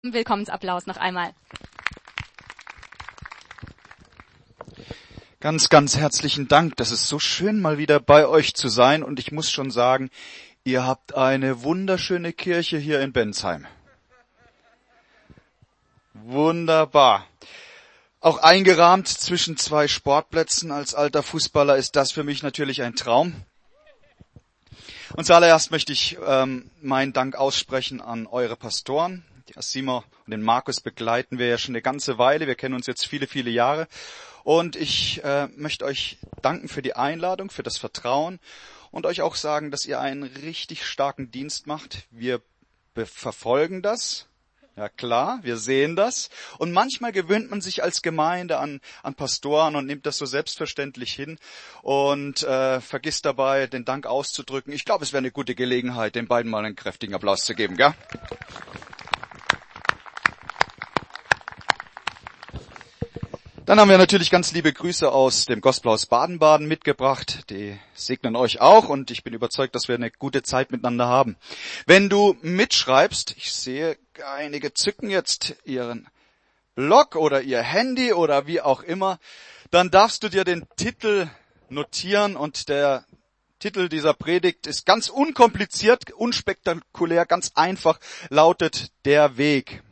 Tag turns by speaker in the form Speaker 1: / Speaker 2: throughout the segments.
Speaker 1: Willkommensapplaus noch einmal.
Speaker 2: Ganz, ganz herzlichen Dank. Das ist so schön, mal wieder bei euch zu sein. Und ich muss schon sagen, ihr habt eine wunderschöne Kirche hier in Bensheim. Wunderbar. Auch eingerahmt zwischen zwei Sportplätzen. Als alter Fußballer ist das für mich natürlich ein Traum. Und zuallererst möchte ich meinen Dank aussprechen an eure Pastoren. Die Asima und den Markus begleiten wir ja schon eine ganze Weile. Wir kennen uns jetzt viele, viele Jahre. Und ich möchte euch danken für die Einladung, für das Vertrauen und euch auch sagen, dass ihr einen richtig starken Dienst macht. Wir verfolgen das. Ja klar, wir sehen das. Und manchmal gewöhnt man sich als Gemeinde an Pastoren und nimmt das so selbstverständlich hin und vergisst dabei, den Dank auszudrücken. Ich glaube, es wäre eine gute Gelegenheit, den beiden mal einen kräftigen Applaus zu geben, gell? Dann haben wir natürlich ganz liebe Grüße aus dem Gospelhaus Baden-Baden mitgebracht. Die segnen euch auch und ich bin überzeugt, dass wir eine gute Zeit miteinander haben. Wenn du mitschreibst, ich sehe, einige zücken jetzt ihren Block oder ihr Handy oder wie auch immer, dann darfst du dir den Titel notieren und der Titel dieser Predigt ist ganz unkompliziert, unspektakulär, ganz einfach, lautet Der Weg.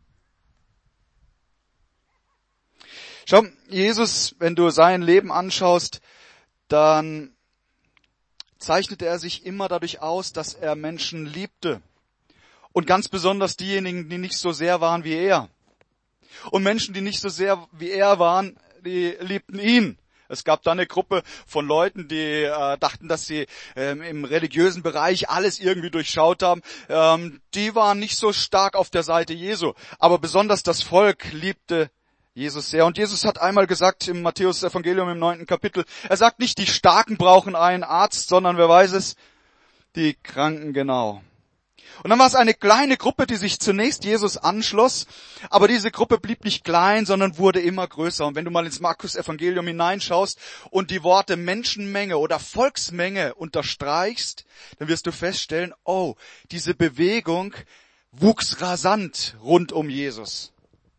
Speaker 2: Schau, Jesus, wenn du sein Leben anschaust, dann zeichnete er sich immer dadurch aus, dass er Menschen liebte. Und ganz besonders diejenigen, die nicht so sehr waren wie er. Und Menschen, die nicht so sehr wie er waren, die liebten ihn. Es gab da eine Gruppe von Leuten, die dachten, dass sie im religiösen Bereich alles irgendwie durchschaut haben. Die waren nicht so stark auf der Seite Jesu. Aber besonders das Volk liebte Jesus sehr. Und Jesus hat einmal gesagt im Matthäus-Evangelium im 9. Kapitel, er sagt nicht, die Starken brauchen einen Arzt, sondern wer weiß es, die Kranken genau. Und dann war es eine kleine Gruppe, die sich zunächst Jesus anschloss, aber diese Gruppe blieb nicht klein, sondern wurde immer größer. Und wenn du mal ins Markus-Evangelium hineinschaust und die Worte Menschenmenge oder Volksmenge unterstreichst, dann wirst du feststellen, oh, diese Bewegung wuchs rasant rund um Jesus.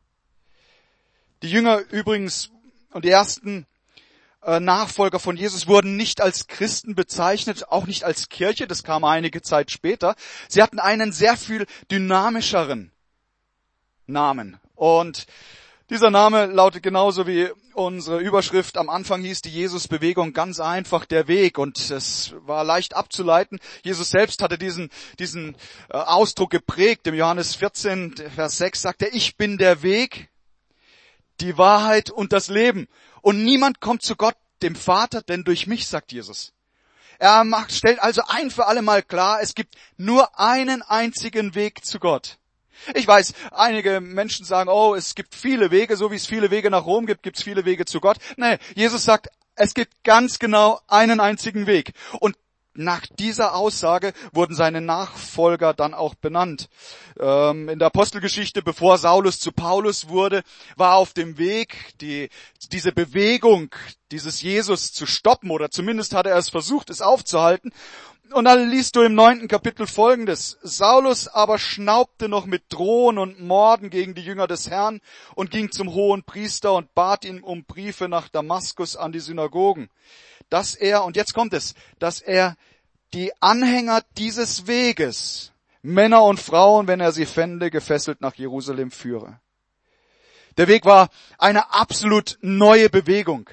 Speaker 2: Die Jünger übrigens und die ersten Nachfolger von Jesus wurden nicht als Christen bezeichnet, auch nicht als Kirche, das kam einige Zeit später. Sie hatten einen sehr viel dynamischeren Namen. Und dieser Name lautet genauso wie unsere Überschrift am Anfang hieß, die Jesus-Bewegung, ganz einfach der Weg. Und es war leicht abzuleiten. Jesus selbst hatte diesen Ausdruck geprägt. Im Johannes 14, Vers 6 sagt er, ich bin der Weg, die Wahrheit und das Leben. Und niemand kommt zu Gott, dem Vater, denn durch mich, sagt Jesus. Er stellt also ein für alle Mal klar, es gibt nur einen einzigen Weg zu Gott. Ich weiß, einige Menschen sagen, oh, es gibt viele Wege, so wie es viele Wege nach Rom gibt, gibt es viele Wege zu Gott. Nee, Jesus sagt, es gibt ganz genau einen einzigen Weg. Und nach dieser Aussage wurden seine Nachfolger dann auch benannt. In der Apostelgeschichte, bevor Saulus zu Paulus wurde, war auf dem Weg, diese Bewegung, dieses Jesus zu stoppen, oder zumindest hat er es versucht, es aufzuhalten. Und dann liest du im 9. Kapitel Folgendes. Saulus aber schnaubte noch mit Drohen und Morden gegen die Jünger des Herrn und ging zum hohen Priester und bat ihn um Briefe nach Damaskus an die Synagogen, dass er, und jetzt kommt es, dass er die Anhänger dieses Weges, Männer und Frauen, wenn er sie fände, gefesselt nach Jerusalem führe. Der Weg war eine absolut neue Bewegung.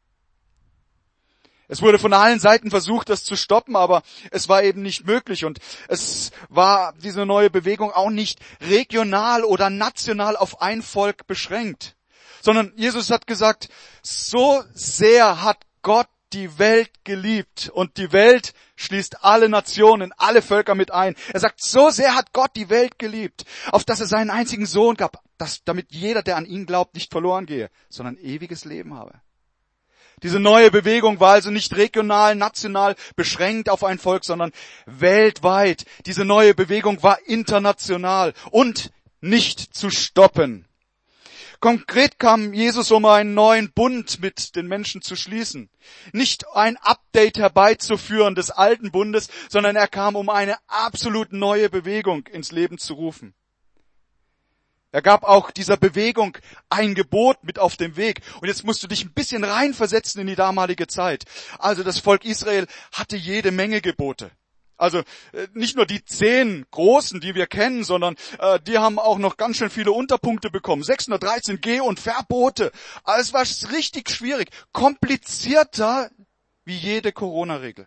Speaker 2: Es wurde von allen Seiten versucht, das zu stoppen, aber es war eben nicht möglich. Und es war diese neue Bewegung auch nicht regional oder national auf ein Volk beschränkt, sondern Jesus hat gesagt, so sehr hat Gott die Welt geliebt und die Welt schließt alle Nationen, alle Völker mit ein. Er sagt, so sehr hat Gott die Welt geliebt, auf dass er seinen einzigen Sohn gab, damit jeder, der an ihn glaubt, nicht verloren gehe, sondern ewiges Leben habe. Diese neue Bewegung war also nicht regional, national beschränkt auf ein Volk, sondern weltweit. Diese neue Bewegung war international und nicht zu stoppen. Konkret kam Jesus, um einen neuen Bund mit den Menschen zu schließen. Nicht ein Update herbeizuführen des alten Bundes, sondern er kam, um eine absolut neue Bewegung ins Leben zu rufen. Er gab auch dieser Bewegung ein Gebot mit auf dem Weg. Und jetzt musst du dich ein bisschen reinversetzen in die damalige Zeit. Also das Volk Israel hatte jede Menge Gebote. Also nicht nur die 10 großen, die wir kennen, sondern die haben auch noch ganz schön viele Unterpunkte bekommen. 613 Geh- und Verbote. Also es war richtig schwierig. Komplizierter wie jede Corona-Regel.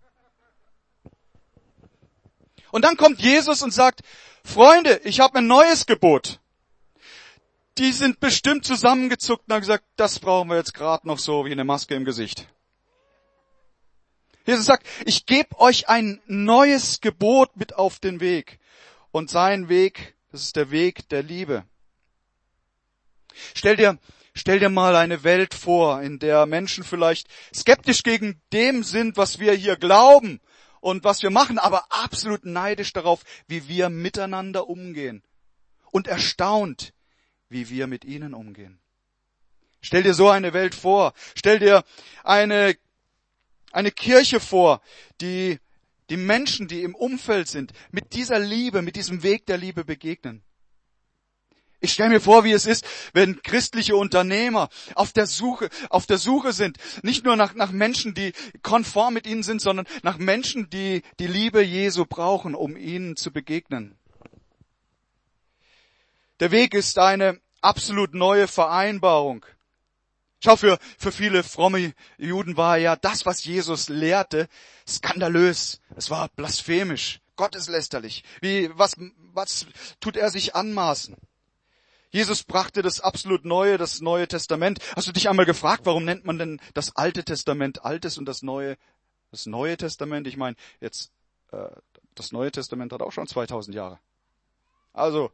Speaker 2: Und dann kommt Jesus und sagt, Freunde, ich habe ein neues Gebot. Die sind bestimmt zusammengezuckt und haben gesagt, das brauchen wir jetzt gerade noch so wie eine Maske im Gesicht. Jesus sagt, ich gebe euch ein neues Gebot mit auf den Weg. Und sein Weg, das ist der Weg der Liebe. Stell dir mal eine Welt vor, in der Menschen vielleicht skeptisch gegen dem sind, was wir hier glauben und was wir machen, aber absolut neidisch darauf, wie wir miteinander umgehen. Und erstaunt, wie wir mit ihnen umgehen. Stell dir so eine Welt vor. Stell dir eine Kirche vor, die Menschen, die im Umfeld sind, mit dieser Liebe, mit diesem Weg der Liebe begegnen. Ich stelle mir vor, wie es ist, wenn christliche Unternehmer auf der Suche sind, nicht nur nach Menschen, die konform mit ihnen sind, sondern nach Menschen, die die Liebe Jesu brauchen, um ihnen zu begegnen. Der Weg ist eine absolut neue Vereinbarung. Schau, für viele fromme Juden war ja das, was Jesus lehrte, skandalös. Es war blasphemisch, gotteslästerlich. Was tut er sich anmaßen? Jesus brachte das absolut Neue, das Neue Testament. Hast du dich einmal gefragt, warum nennt man denn das Alte Testament Altes und das Neue Testament? Ich meine, jetzt das Neue Testament hat auch schon 2000 Jahre. Also,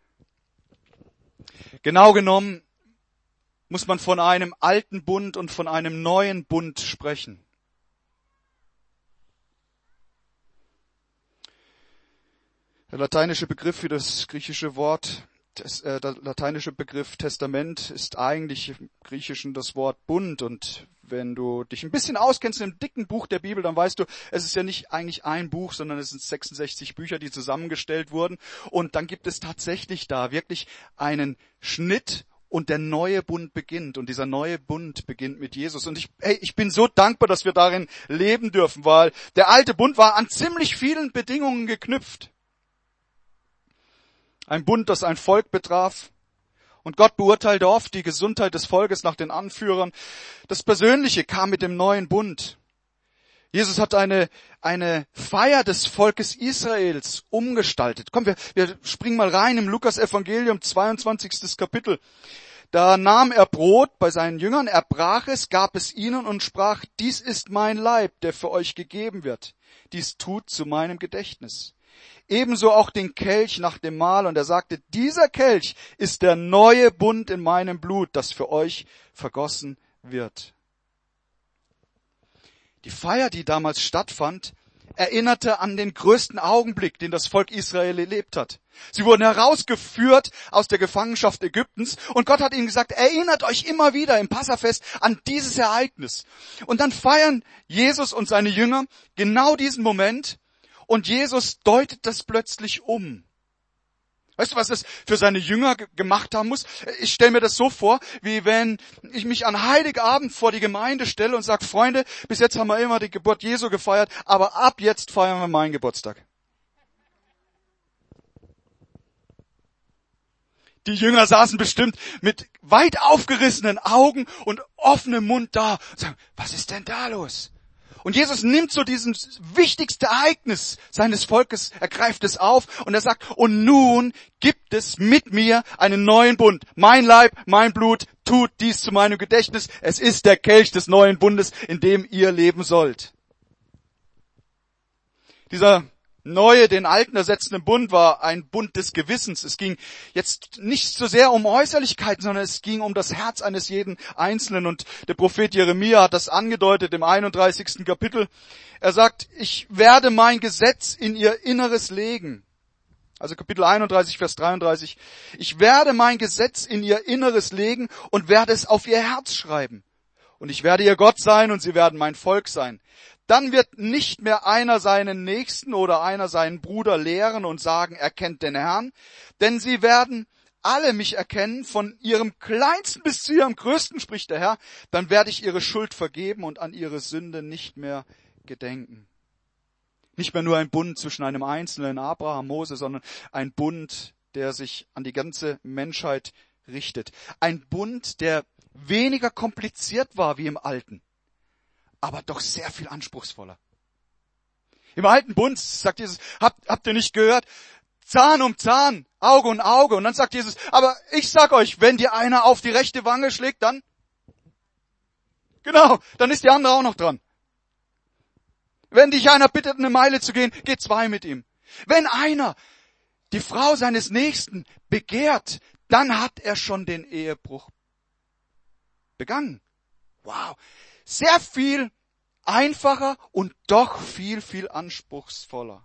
Speaker 2: genau genommen muss man von einem alten Bund und von einem neuen Bund sprechen. Der lateinische Begriff für das griechische Wort, der lateinische Begriff Testament ist eigentlich im Griechischen das Wort Bund. Und wenn du dich ein bisschen auskennst in dem dicken Buch der Bibel, dann weißt du, es ist ja nicht eigentlich ein Buch, sondern es sind 66 Bücher, die zusammengestellt wurden. Und dann gibt es tatsächlich da wirklich einen Schnitt und der neue Bund beginnt. Und dieser neue Bund beginnt mit Jesus. Und ich bin so dankbar, dass wir darin leben dürfen, weil der alte Bund war an ziemlich vielen Bedingungen geknüpft. Ein Bund, das ein Volk betraf. Und Gott beurteilte oft die Gesundheit des Volkes nach den Anführern. Das Persönliche kam mit dem neuen Bund. Jesus hat eine Feier des Volkes Israels umgestaltet. Komm, wir springen mal rein im Lukas-Evangelium, 22. Kapitel. Da nahm er Brot bei seinen Jüngern, er brach es, gab es ihnen und sprach, dies ist mein Leib, der für euch gegeben wird. Dies tut zu meinem Gedächtnis. Ebenso auch den Kelch nach dem Mahl. Und er sagte, dieser Kelch ist der neue Bund in meinem Blut, das für euch vergossen wird. Die Feier, die damals stattfand, erinnerte an den größten Augenblick, den das Volk Israel erlebt hat. Sie wurden herausgeführt aus der Gefangenschaft Ägyptens und Gott hat ihnen gesagt, erinnert euch immer wieder im Passafest an dieses Ereignis. Und dann feiern Jesus und seine Jünger genau diesen Moment und Jesus deutet das plötzlich um. Weißt du, was es für seine Jünger gemacht haben muss? Ich stelle mir das so vor, wie wenn ich mich an Heiligabend vor die Gemeinde stelle und sage, Freunde, bis jetzt haben wir immer die Geburt Jesu gefeiert, aber ab jetzt feiern wir meinen Geburtstag. Die Jünger saßen bestimmt mit weit aufgerissenen Augen und offenem Mund da und sagen, was ist denn da los? Und Jesus nimmt so dieses wichtigste Ereignis seines Volkes, er greift es auf und er sagt, und nun gibt es mit mir einen neuen Bund. Mein Leib, mein Blut, tut dies zu meinem Gedächtnis. Es ist der Kelch des neuen Bundes, in dem ihr leben sollt. Dieser neue, den alten ersetzende Bund war ein Bund des Gewissens. Es ging jetzt nicht so sehr um Äußerlichkeiten, sondern es ging um das Herz eines jeden Einzelnen. Und der Prophet Jeremia hat das angedeutet im 31. Kapitel. Er sagt, ich werde mein Gesetz in ihr Inneres legen. Also Kapitel 31, Vers 33. Ich werde mein Gesetz in ihr Inneres legen und werde es auf ihr Herz schreiben. Und ich werde ihr Gott sein und sie werden mein Volk sein. Dann wird nicht mehr einer seinen Nächsten oder einer seinen Bruder lehren und sagen, er kennt den Herrn, denn sie werden alle mich erkennen, von ihrem Kleinsten bis zu ihrem Größten, spricht der Herr, dann werde ich ihre Schuld vergeben und an ihre Sünde nicht mehr gedenken. Nicht mehr nur ein Bund zwischen einem Einzelnen, Abraham, Mose, sondern ein Bund, der sich an die ganze Menschheit richtet. Ein Bund, der weniger kompliziert war wie im Alten, aber doch sehr viel anspruchsvoller. Im Alten Bund, sagt Jesus, habt ihr nicht gehört? Zahn um Zahn, Auge um Auge. Und dann sagt Jesus, aber ich sag euch, wenn dir einer auf die rechte Wange schlägt, dann ist die andere auch noch dran. Wenn dich einer bittet, eine Meile zu gehen, geh 2 mit ihm. Wenn einer die Frau seines Nächsten begehrt, dann hat er schon den Ehebruch begangen. Wow. Sehr viel einfacher und doch viel, viel anspruchsvoller.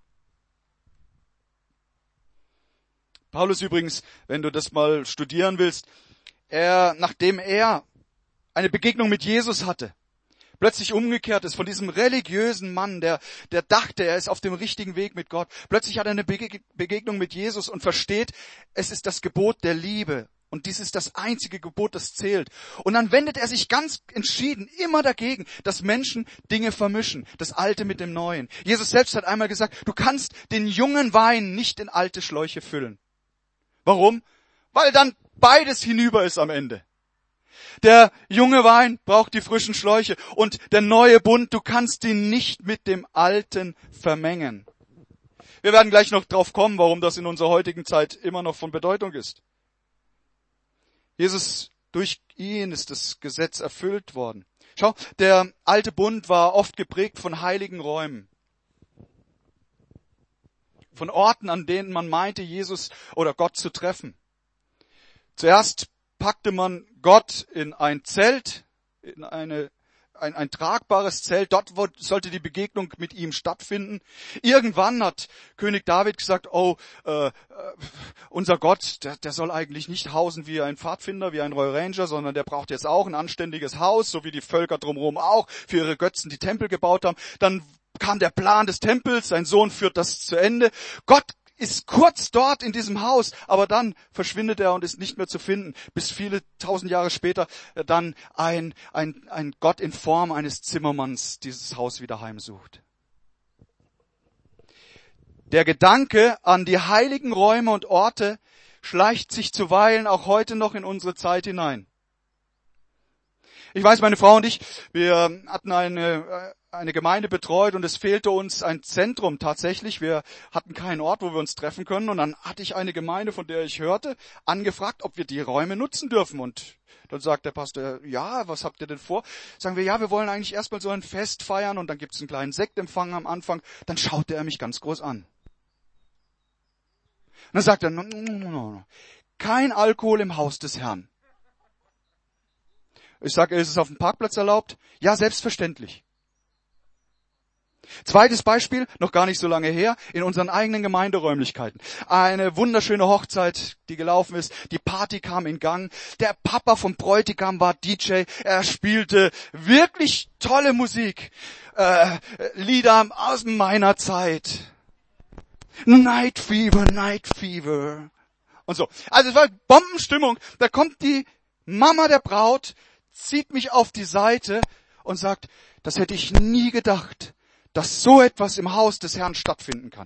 Speaker 2: Paulus übrigens, wenn du das mal studieren willst, nachdem er eine Begegnung mit Jesus hatte, plötzlich umgekehrt ist von diesem religiösen Mann, der dachte, er ist auf dem richtigen Weg mit Gott. Plötzlich hat er eine Begegnung mit Jesus und versteht, es ist das Gebot der Liebe. Und dies ist das einzige Gebot, das zählt. Und dann wendet er sich ganz entschieden immer dagegen, dass Menschen Dinge vermischen, das Alte mit dem Neuen. Jesus selbst hat einmal gesagt, du kannst den jungen Wein nicht in alte Schläuche füllen. Warum? Weil dann beides hinüber ist am Ende. Der junge Wein braucht die frischen Schläuche und der neue Bund, du kannst ihn nicht mit dem Alten vermengen. Wir werden gleich noch drauf kommen, warum das in unserer heutigen Zeit immer noch von Bedeutung ist. Jesus, durch ihn ist das Gesetz erfüllt worden. Schau, der alte Bund war oft geprägt von heiligen Räumen. Von Orten, an denen man meinte, Jesus oder Gott zu treffen. Zuerst packte man Gott in ein Zelt, in ein tragbares Zelt. Dort sollte die Begegnung mit ihm stattfinden. Irgendwann hat König David gesagt, unser Gott, der soll eigentlich nicht hausen wie ein Pfadfinder, wie ein Royal Ranger, sondern der braucht jetzt auch ein anständiges Haus, so wie die Völker drumherum auch für ihre Götzen die Tempel gebaut haben. Dann kam der Plan des Tempels, sein Sohn führt das zu Ende. Gott ist kurz dort in diesem Haus, aber dann verschwindet er und ist nicht mehr zu finden, bis viele 1000 Jahre später dann ein Gott in Form eines Zimmermanns dieses Haus wieder heimsucht. Der Gedanke an die heiligen Räume und Orte schleicht sich zuweilen auch heute noch in unsere Zeit hinein. Ich weiß, meine Frau und ich, wir hatten eine Gemeinde betreut und es fehlte uns ein Zentrum tatsächlich. Wir hatten keinen Ort, wo wir uns treffen können. Und dann hatte ich eine Gemeinde, von der ich hörte, angefragt, ob wir die Räume nutzen dürfen. Und dann sagt der Pastor, ja, was habt ihr denn vor? Sagen wir, ja, wir wollen eigentlich erstmal so ein Fest feiern und dann gibt's einen kleinen Sektempfang am Anfang. Dann schaute er mich ganz groß an. Und dann sagt er, no. Kein Alkohol im Haus des Herrn. Ich sage, ist es auf dem Parkplatz erlaubt? Ja, selbstverständlich. Zweites Beispiel, noch gar nicht so lange her, in unseren eigenen Gemeinderäumlichkeiten. Eine wunderschöne Hochzeit, die gelaufen ist. Die Party kam in Gang. Der Papa vom Bräutigam war DJ. Er spielte wirklich tolle Musik. Lieder aus meiner Zeit. Night Fever. Und so. Also es war Bombenstimmung. Da kommt die Mama der Braut, zieht mich auf die Seite und sagt, das hätte ich nie gedacht, dass so etwas im Haus des Herrn stattfinden kann.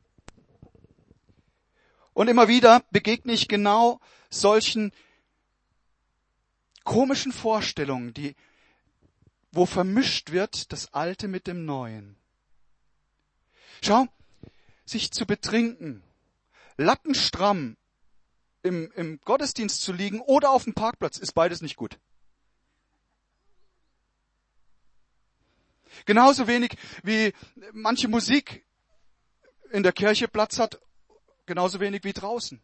Speaker 2: Und immer wieder begegne ich genau solchen komischen Vorstellungen, wo vermischt wird das Alte mit dem Neuen. Schau, sich zu betrinken, lattenstramm im Gottesdienst zu liegen oder auf dem Parkplatz, ist beides nicht gut. Genauso wenig wie manche Musik in der Kirche Platz hat, genauso wenig wie draußen.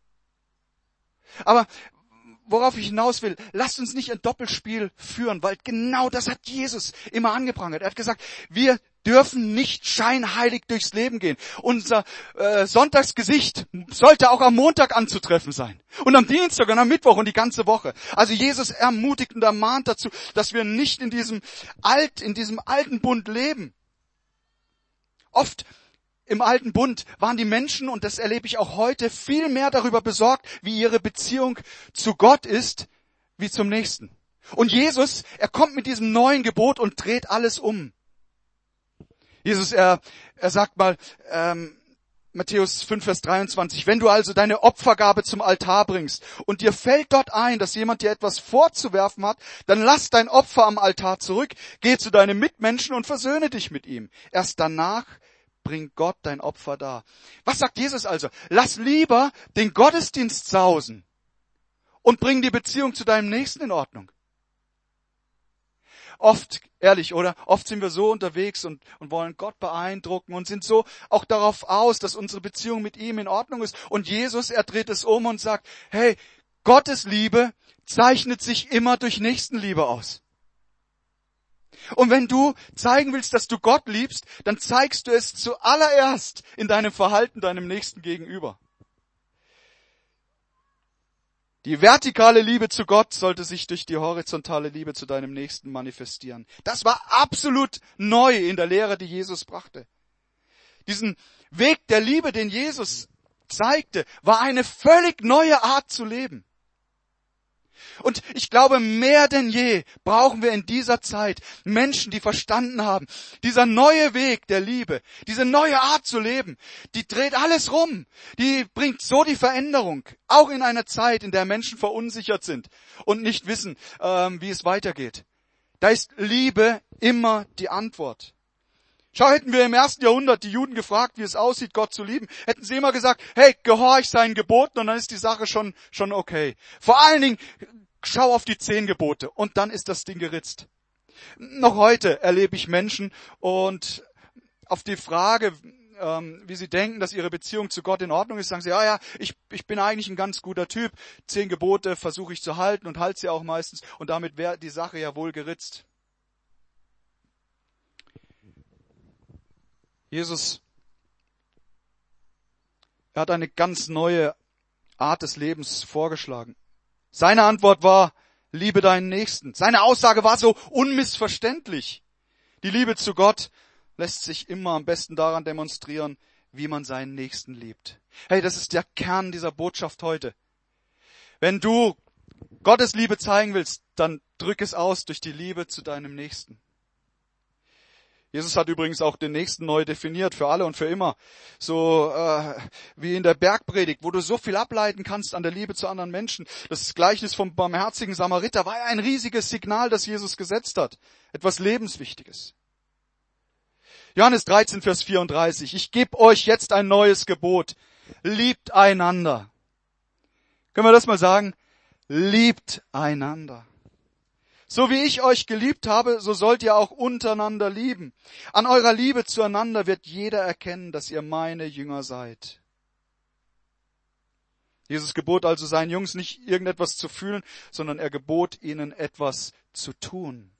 Speaker 2: Aber worauf ich hinaus will, lasst uns nicht ein Doppelspiel führen, weil genau das hat Jesus immer angeprangert. Er hat gesagt, wir dürfen nicht scheinheilig durchs Leben gehen. Unser Sonntagsgesicht sollte auch am Montag anzutreffen sein. Und am Dienstag und am Mittwoch und die ganze Woche. Also Jesus ermutigt und ermahnt dazu, dass wir nicht in diesem alten Bund leben. Oft Im alten Bund waren die Menschen, und das erlebe ich auch heute, viel mehr darüber besorgt, wie ihre Beziehung zu Gott ist, wie zum Nächsten. Und Jesus, er kommt mit diesem neuen Gebot und dreht alles um. Jesus, er sagt mal, Matthäus 5, Vers 23, wenn du also deine Opfergabe zum Altar bringst und dir fällt dort ein, dass jemand dir etwas vorzuwerfen hat, dann lass dein Opfer am Altar zurück, geh zu deinem Mitmenschen und versöhne dich mit ihm. Erst danach bring Gott dein Opfer dar. Was sagt Jesus also? Lass lieber den Gottesdienst sausen und bring die Beziehung zu deinem Nächsten in Ordnung. Oft, ehrlich, oder? Oft sind wir so unterwegs und wollen Gott beeindrucken und sind so auch darauf aus, dass unsere Beziehung mit ihm in Ordnung ist. Und Jesus, er dreht es um und sagt, hey, Gottes Liebe zeichnet sich immer durch Nächstenliebe aus. Und wenn du zeigen willst, dass du Gott liebst, dann zeigst du es zuallererst in deinem Verhalten deinem Nächsten gegenüber. Die vertikale Liebe zu Gott sollte sich durch die horizontale Liebe zu deinem Nächsten manifestieren. Das war absolut neu in der Lehre, die Jesus brachte. Diesen Weg der Liebe, den Jesus zeigte, war eine völlig neue Art zu leben. Und ich glaube, mehr denn je brauchen wir in dieser Zeit Menschen, die verstanden haben, dieser neue Weg der Liebe, diese neue Art zu leben, die dreht alles rum. Die bringt so die Veränderung, auch in einer Zeit, in der Menschen verunsichert sind und nicht wissen, wie es weitergeht. Da ist Liebe immer die Antwort. Schau, hätten wir im 1. Jahrhundert die Juden gefragt, wie es aussieht, Gott zu lieben, hätten sie immer gesagt, hey, gehorch seinen Geboten und dann ist die Sache schon okay. Vor allen Dingen, schau auf die 10 Gebote und dann ist das Ding geritzt. Noch heute erlebe ich Menschen und auf die Frage, wie sie denken, dass ihre Beziehung zu Gott in Ordnung ist, sagen sie, ja, ich bin eigentlich ein ganz guter Typ, 10 Gebote versuche ich zu halten und halte sie auch meistens und damit wäre die Sache ja wohl geritzt. Jesus, er hat eine ganz neue Art des Lebens vorgeschlagen. Seine Antwort war, liebe deinen Nächsten. Seine Aussage war so unmissverständlich. Die Liebe zu Gott lässt sich immer am besten daran demonstrieren, wie man seinen Nächsten liebt. Hey, das ist der Kern dieser Botschaft heute. Wenn du Gottes Liebe zeigen willst, dann drück es aus durch die Liebe zu deinem Nächsten. Jesus hat übrigens auch den Nächsten neu definiert, für alle und für immer. So wie in der Bergpredigt, wo du so viel ableiten kannst an der Liebe zu anderen Menschen. Das Gleichnis vom barmherzigen Samariter war ja ein riesiges Signal, das Jesus gesetzt hat. Etwas Lebenswichtiges. Johannes 13, Vers 34. Ich gebe euch jetzt ein neues Gebot. Liebt einander. Können wir das mal sagen? Liebt einander. So wie ich euch geliebt habe, so sollt ihr auch untereinander lieben. An eurer Liebe zueinander wird jeder erkennen, dass ihr meine Jünger seid. Jesus gebot also seinen Jungs nicht irgendetwas zu fühlen, sondern er gebot ihnen etwas zu tun.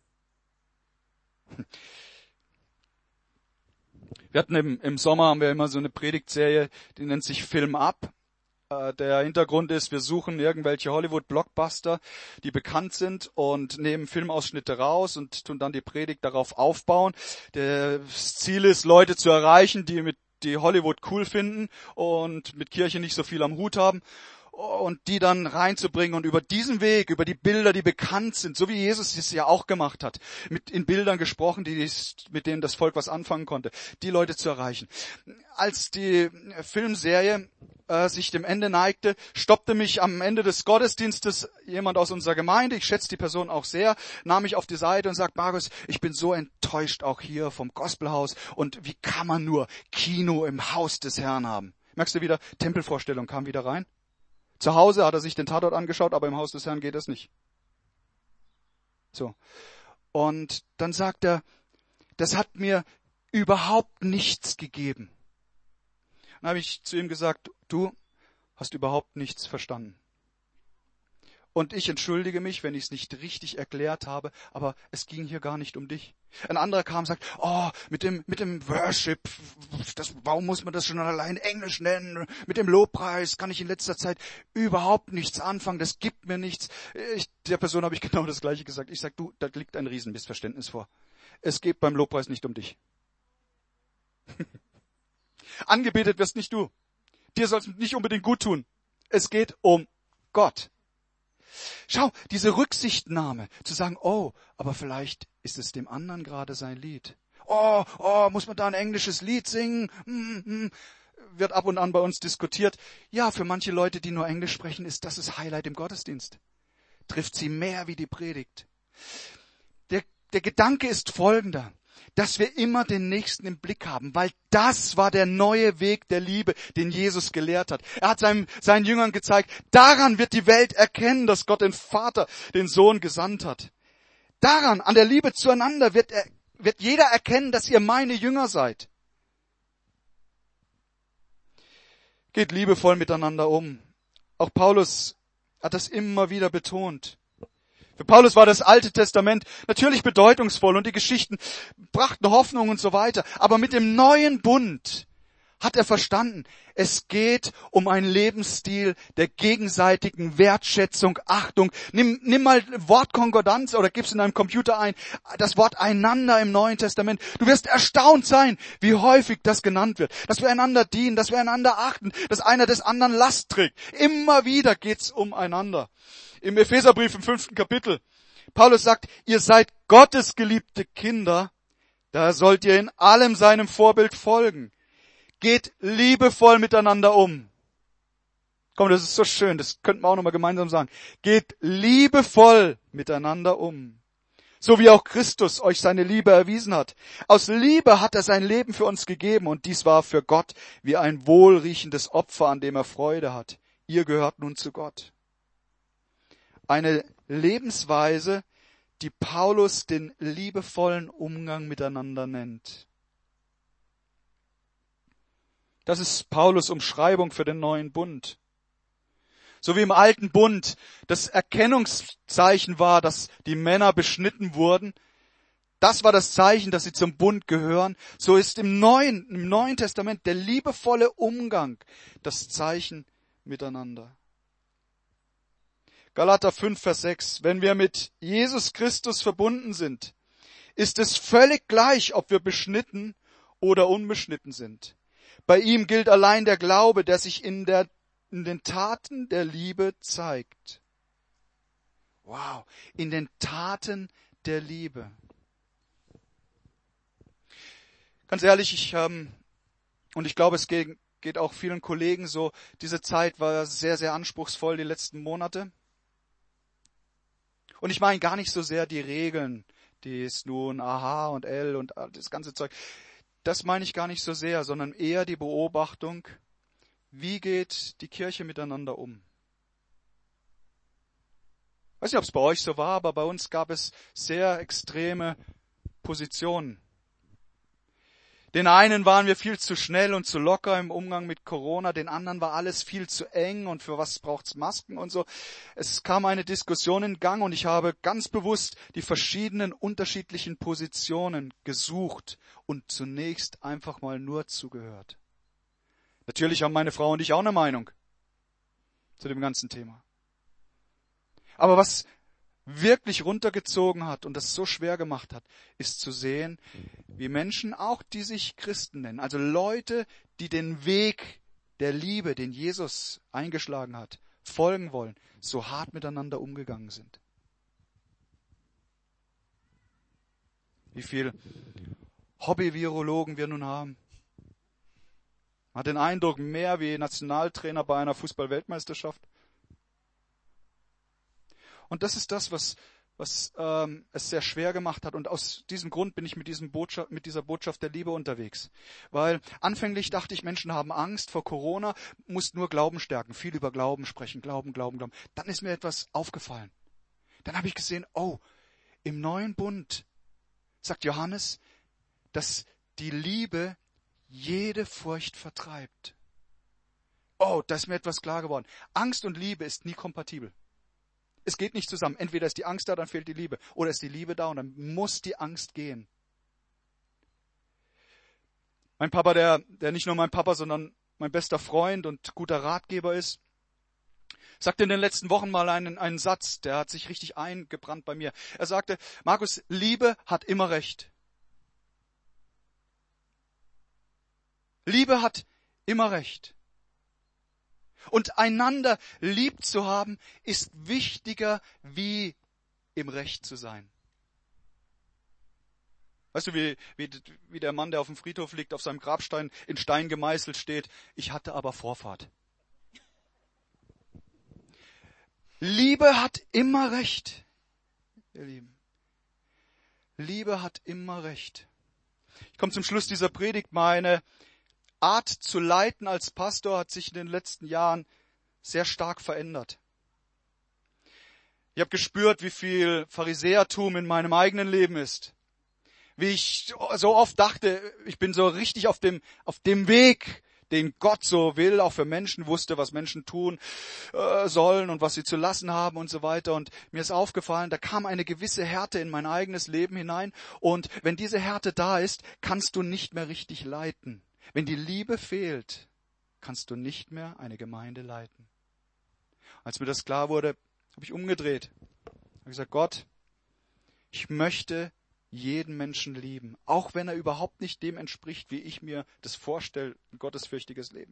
Speaker 2: Wir hatten im Sommer haben wir immer so eine Predigtserie, die nennt sich Film ab. Der Hintergrund ist, wir suchen irgendwelche Hollywood-Blockbuster, die bekannt sind und nehmen Filmausschnitte raus und tun dann die Predigt darauf aufbauen. Das Ziel ist, Leute zu erreichen, die Hollywood cool finden und mit Kirche nicht so viel am Hut haben und die dann reinzubringen und über diesen Weg, über die Bilder, die bekannt sind, so wie Jesus es ja auch gemacht hat, in Bildern gesprochen, mit denen das Volk was anfangen konnte, die Leute zu erreichen. Als die Filmserie sich dem Ende neigte, stoppte mich am Ende des Gottesdienstes jemand aus unserer Gemeinde, ich schätze die Person auch sehr, nahm mich auf die Seite und sagt, Markus, ich bin so enttäuscht auch hier vom Gospelhaus und wie kann man nur Kino im Haus des Herrn haben? Merkst du wieder, Tempelvorstellung kam wieder rein. Zu Hause hat er sich den Tatort angeschaut, aber im Haus des Herrn geht es nicht. So. Und dann sagt er, das hat mir überhaupt nichts gegeben. Dann habe ich zu ihm gesagt, du hast überhaupt nichts verstanden. Und ich entschuldige mich, wenn ich es nicht richtig erklärt habe, aber es ging hier gar nicht um dich. Ein anderer kam und sagt, mit dem Worship, warum muss man das schon allein Englisch nennen? Mit dem Lobpreis kann ich in letzter Zeit überhaupt nichts anfangen, das gibt mir nichts. Der Person habe ich genau das Gleiche gesagt. Ich sage, du, da liegt ein Riesenmissverständnis vor. Es geht beim Lobpreis nicht um dich. Angebetet wirst nicht du. Dir soll es nicht unbedingt gut tun. Es geht um Gott. Schau, diese Rücksichtnahme, zu sagen, oh, aber vielleicht ist es dem anderen gerade sein Lied. Oh, muss man da ein englisches Lied singen? Wird ab und an bei uns diskutiert. Ja, für manche Leute, die nur Englisch sprechen, ist das das Highlight im Gottesdienst. Trifft sie mehr wie die Predigt. Der Gedanke ist folgender, dass wir immer den Nächsten im Blick haben, weil das war der neue Weg der Liebe, den Jesus gelehrt hat. Er hat seinen Jüngern gezeigt, daran wird die Welt erkennen, dass Gott den Vater, den Sohn gesandt hat. Daran, an der Liebe zueinander, wird jeder erkennen, dass ihr meine Jünger seid. Geht liebevoll miteinander um. Auch Paulus hat das immer wieder betont. Für Paulus war das Alte Testament natürlich bedeutungsvoll und die Geschichten brachten Hoffnung und so weiter. Aber mit dem neuen Bund hat er verstanden, es geht um einen Lebensstil der gegenseitigen Wertschätzung, Achtung. Nimm mal Wortkonkordanz oder gib's in deinem Computer ein, das Wort einander im Neuen Testament. Du wirst erstaunt sein, wie häufig das genannt wird. Dass wir einander dienen, dass wir einander achten, dass einer des anderen Last trägt. Immer wieder geht's um einander. Im Epheserbrief im 5. Kapitel. Paulus sagt, ihr seid Gottes geliebte Kinder, da sollt ihr in allem seinem Vorbild folgen. Geht liebevoll miteinander um. Komm, das ist so schön, das könnten wir auch nochmal gemeinsam sagen. Geht liebevoll miteinander um. So wie auch Christus euch seine Liebe erwiesen hat. Aus Liebe hat er sein Leben für uns gegeben und dies war für Gott wie ein wohlriechendes Opfer, an dem er Freude hat. Ihr gehört nun zu Gott. Eine Lebensweise, die Paulus den liebevollen Umgang miteinander nennt. Das ist Paulus' Umschreibung für den neuen Bund. So wie im alten Bund das Erkennungszeichen war, dass die Männer beschnitten wurden, das war das Zeichen, dass sie zum Bund gehören, so ist im Neuen Testament der liebevolle Umgang das Zeichen miteinander. Galater 5, Vers 6. Wenn wir mit Jesus Christus verbunden sind, ist es völlig gleich, ob wir beschnitten oder unbeschnitten sind. Bei ihm gilt allein der Glaube, der sich in den Taten der Liebe zeigt. Wow, in den Taten der Liebe. Ganz ehrlich, ich glaube, es geht auch vielen Kollegen so, diese Zeit war sehr, sehr anspruchsvoll, die letzten Monate. Und ich meine gar nicht so sehr die Regeln, die ist nun AH und L und das ganze Zeug. Das meine ich gar nicht so sehr, sondern eher die Beobachtung, wie geht die Kirche miteinander um? Ich weiß nicht, ob es bei euch so war, aber bei uns gab es sehr extreme Positionen. Den einen waren wir viel zu schnell und zu locker im Umgang mit Corona, den anderen war alles viel zu eng und für was braucht's Masken und so. Es kam eine Diskussion in Gang und ich habe ganz bewusst die verschiedenen unterschiedlichen Positionen gesucht und zunächst einfach mal nur zugehört. Natürlich haben meine Frau und ich auch eine Meinung zu dem ganzen Thema. Aber was wirklich runtergezogen hat und das so schwer gemacht hat, ist zu sehen, wie Menschen, auch die sich Christen nennen, also Leute, die den Weg der Liebe, den Jesus eingeschlagen hat, folgen wollen, so hart miteinander umgegangen sind. Wie viele Hobby-Virologen wir nun haben. Man hat den Eindruck, mehr wie Nationaltrainer bei einer Fußball-Weltmeisterschaft. Und das ist das, was es sehr schwer gemacht hat. Und aus diesem Grund bin ich mit dieser Botschaft der Liebe unterwegs. Weil anfänglich dachte ich, Menschen haben Angst vor Corona, muss nur Glauben stärken, viel über Glauben sprechen, Glauben. Dann ist mir etwas aufgefallen. Dann habe ich gesehen, im neuen Bund sagt Johannes, dass die Liebe jede Furcht vertreibt. Da ist mir etwas klar geworden. Angst und Liebe ist nie kompatibel. Es geht nicht zusammen. Entweder ist die Angst da, dann fehlt die Liebe. Oder ist die Liebe da und dann muss die Angst gehen. Mein Papa, der nicht nur mein Papa, sondern mein bester Freund und guter Ratgeber ist, sagte in den letzten Wochen mal einen Satz, der hat sich richtig eingebrannt bei mir. Er sagte, Markus, Liebe hat immer recht. Liebe hat immer recht. Und einander lieb zu haben, ist wichtiger, wie im Recht zu sein. Weißt du, wie der Mann, der auf dem Friedhof liegt, auf seinem Grabstein in Stein gemeißelt steht? Ich hatte aber Vorfahrt. Liebe hat immer recht, ihr Lieben. Liebe hat immer recht. Ich komme zum Schluss dieser Predigt. Meine Art zu leiten als Pastor hat sich in den letzten Jahren sehr stark verändert. Ich habe gespürt, wie viel Pharisäertum in meinem eigenen Leben ist. Wie ich so oft dachte, ich bin so richtig auf dem Weg, den Gott so will, auch für Menschen, wusste, was Menschen tun sollen und was sie zu lassen haben und so weiter. Und mir ist aufgefallen, da kam eine gewisse Härte in mein eigenes Leben hinein. Und wenn diese Härte da ist, kannst du nicht mehr richtig leiten. Wenn die Liebe fehlt, kannst du nicht mehr eine Gemeinde leiten. Als mir das klar wurde, habe ich umgedreht. Habe gesagt, Gott, ich möchte jeden Menschen lieben, auch wenn er überhaupt nicht dem entspricht, wie ich mir das vorstelle, ein gottesfürchtiges Leben.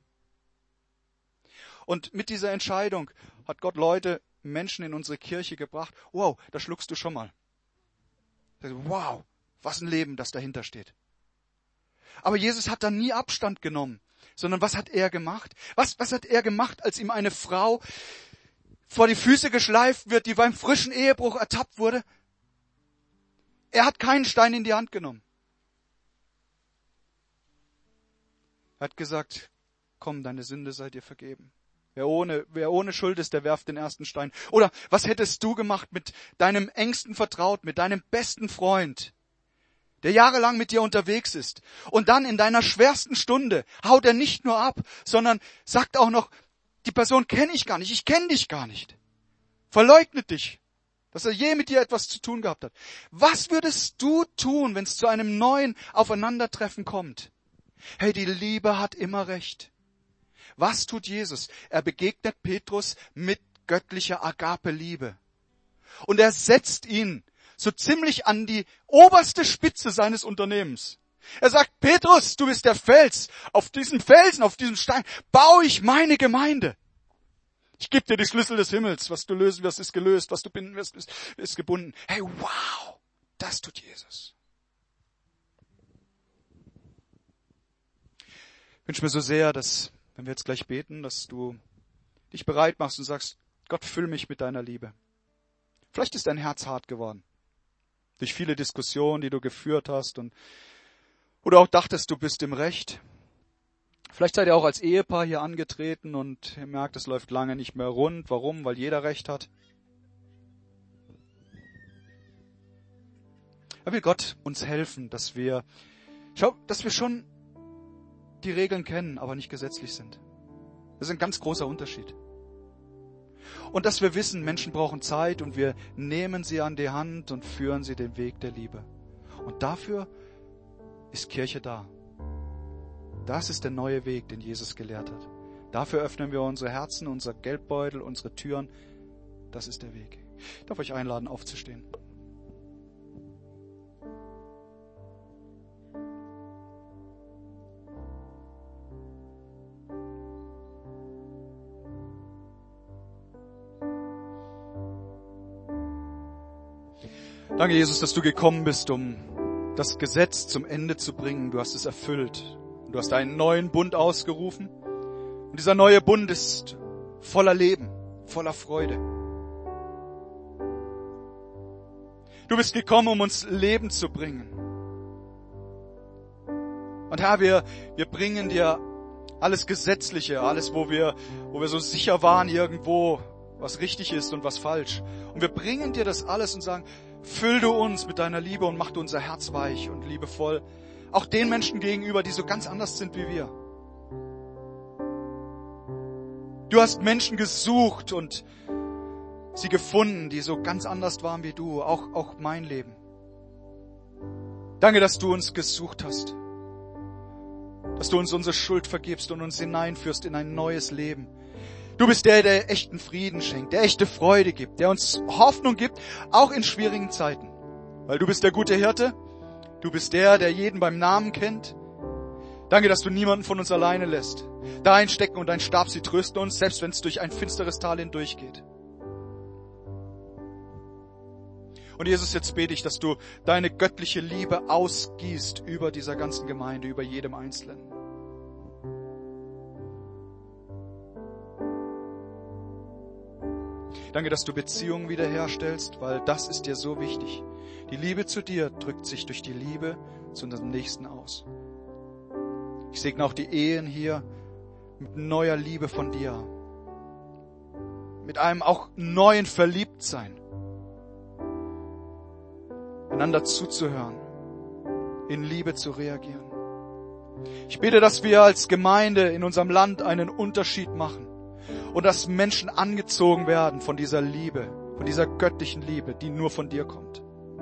Speaker 2: Und mit dieser Entscheidung hat Gott Menschen in unsere Kirche gebracht. Wow, da schluckst du schon mal. Wow, was ein Leben, das dahinter steht. Aber Jesus hat da nie Abstand genommen, sondern was hat er gemacht? Was hat er gemacht, als ihm eine Frau vor die Füße geschleift wird, die beim frischen Ehebruch ertappt wurde? Er hat keinen Stein in die Hand genommen. Er hat gesagt, komm, deine Sünde sei dir vergeben. Wer ohne Schuld ist, der werft den ersten Stein. Oder was hättest du gemacht mit deinem engsten Vertrauten, mit deinem besten Freund, der jahrelang mit dir unterwegs ist? Und dann in deiner schwersten Stunde haut er nicht nur ab, sondern sagt auch noch, die Person kenne ich gar nicht, ich kenne dich gar nicht. Verleugnet dich, dass er je mit dir etwas zu tun gehabt hat. Was würdest du tun, wenn es zu einem neuen Aufeinandertreffen kommt? Hey, die Liebe hat immer recht. Was tut Jesus? Er begegnet Petrus mit göttlicher Agape-Liebe. Und er setzt ihn so ziemlich an die oberste Spitze seines Unternehmens. Er sagt, Petrus, du bist der Fels. Auf diesem Felsen, auf diesem Stein baue ich meine Gemeinde. Ich gebe dir die Schlüssel des Himmels. Was du lösen wirst, ist gelöst. Was du binden wirst, ist gebunden. Hey, wow, das tut Jesus. Ich wünsche mir so sehr, dass, wenn wir jetzt gleich beten, dass du dich bereit machst und sagst, Gott, füll mich mit deiner Liebe. Vielleicht ist dein Herz hart geworden. Durch viele Diskussionen, die du geführt hast oder auch dachtest, du bist im Recht. Vielleicht seid ihr auch als Ehepaar hier angetreten und ihr merkt, es läuft lange nicht mehr rund. Warum? Weil jeder Recht hat. Da will Gott uns helfen, dass wir schon die Regeln kennen, aber nicht gesetzlich sind. Das ist ein ganz großer Unterschied. Und dass wir wissen, Menschen brauchen Zeit und wir nehmen sie an die Hand und führen sie den Weg der Liebe. Und dafür ist Kirche da. Das ist der neue Weg, den Jesus gelehrt hat. Dafür öffnen wir unsere Herzen, unser Geldbeutel, unsere Türen. Das ist der Weg. Ich darf euch einladen, aufzustehen. Danke, Jesus, dass du gekommen bist, um das Gesetz zum Ende zu bringen. Du hast es erfüllt. Du hast einen neuen Bund ausgerufen. Und dieser neue Bund ist voller Leben, voller Freude. Du bist gekommen, um uns Leben zu bringen. Und Herr, wir bringen dir alles Gesetzliche, alles, wo wir so sicher waren irgendwo, was richtig ist und was falsch. Und wir bringen dir das alles und sagen, füll du uns mit deiner Liebe und mach du unser Herz weich und liebevoll. Auch den Menschen gegenüber, die so ganz anders sind wie wir. Du hast Menschen gesucht und sie gefunden, die so ganz anders waren wie du. Auch mein Leben. Danke, dass du uns gesucht hast. Dass du uns unsere Schuld vergibst und uns hineinführst in ein neues Leben. Du bist der echten Frieden schenkt, der echte Freude gibt, der uns Hoffnung gibt, auch in schwierigen Zeiten. Weil du bist der gute Hirte, du bist der jeden beim Namen kennt. Danke, dass du niemanden von uns alleine lässt. Dein Stecken und dein Stab, sie trösten uns, selbst wenn es durch ein finsteres Tal hindurchgeht. Und Jesus, jetzt bete ich, dass du deine göttliche Liebe ausgießt über dieser ganzen Gemeinde, über jedem Einzelnen. Danke, dass du Beziehungen wiederherstellst, weil das ist dir so wichtig. Die Liebe zu dir drückt sich durch die Liebe zu unserem Nächsten aus. Ich segne auch die Ehen hier mit neuer Liebe von dir. Mit einem auch neuen Verliebtsein. Einander zuzuhören. In Liebe zu reagieren. Ich bete, dass wir als Gemeinde in unserem Land einen Unterschied machen. Und dass Menschen angezogen werden von dieser Liebe, von dieser göttlichen Liebe, die nur von dir kommt.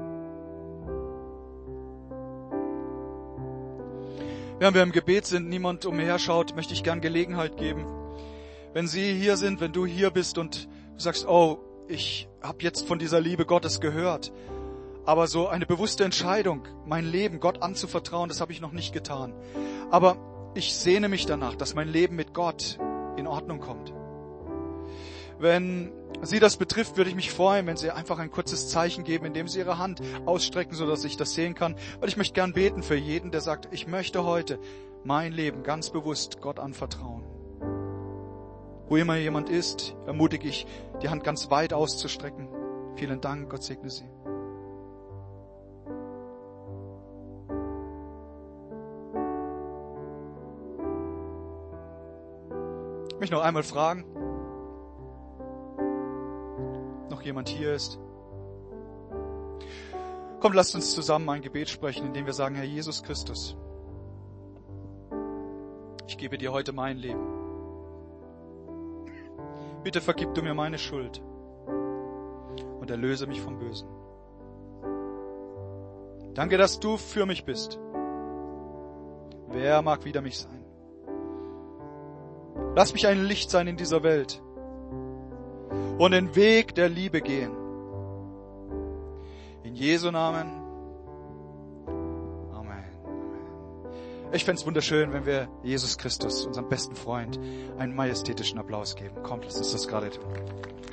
Speaker 2: Während wir im Gebet sind, niemand umherschaut, möchte ich gern Gelegenheit geben. Wenn Sie hier sind, wenn du hier bist und du sagst, oh, ich habe jetzt von dieser Liebe Gottes gehört, aber so eine bewusste Entscheidung, mein Leben Gott anzuvertrauen, das habe ich noch nicht getan. Aber ich sehne mich danach, dass mein Leben mit Gott in Ordnung kommt. Wenn Sie das betrifft, würde ich mich freuen, wenn Sie einfach ein kurzes Zeichen geben, indem Sie Ihre Hand ausstrecken, sodass ich das sehen kann. Weil ich möchte gern beten für jeden, der sagt, ich möchte heute mein Leben ganz bewusst Gott anvertrauen. Wo immer jemand ist, ermutige ich, die Hand ganz weit auszustrecken. Vielen Dank, Gott segne Sie. Ich möchte noch einmal fragen, noch jemand hier ist. Kommt, lasst uns zusammen ein Gebet sprechen, indem wir sagen, Herr Jesus Christus, ich gebe dir heute mein Leben. Bitte vergib du mir meine Schuld und erlöse mich vom Bösen. Danke, dass du für mich bist. Wer mag wider mich sein? Lass mich ein Licht sein in dieser Welt und den Weg der Liebe gehen. In Jesu Namen. Amen. Ich fände es wunderschön, wenn wir Jesus Christus, unserem besten Freund, einen majestätischen Applaus geben. Kommt, lass uns das gerade tun.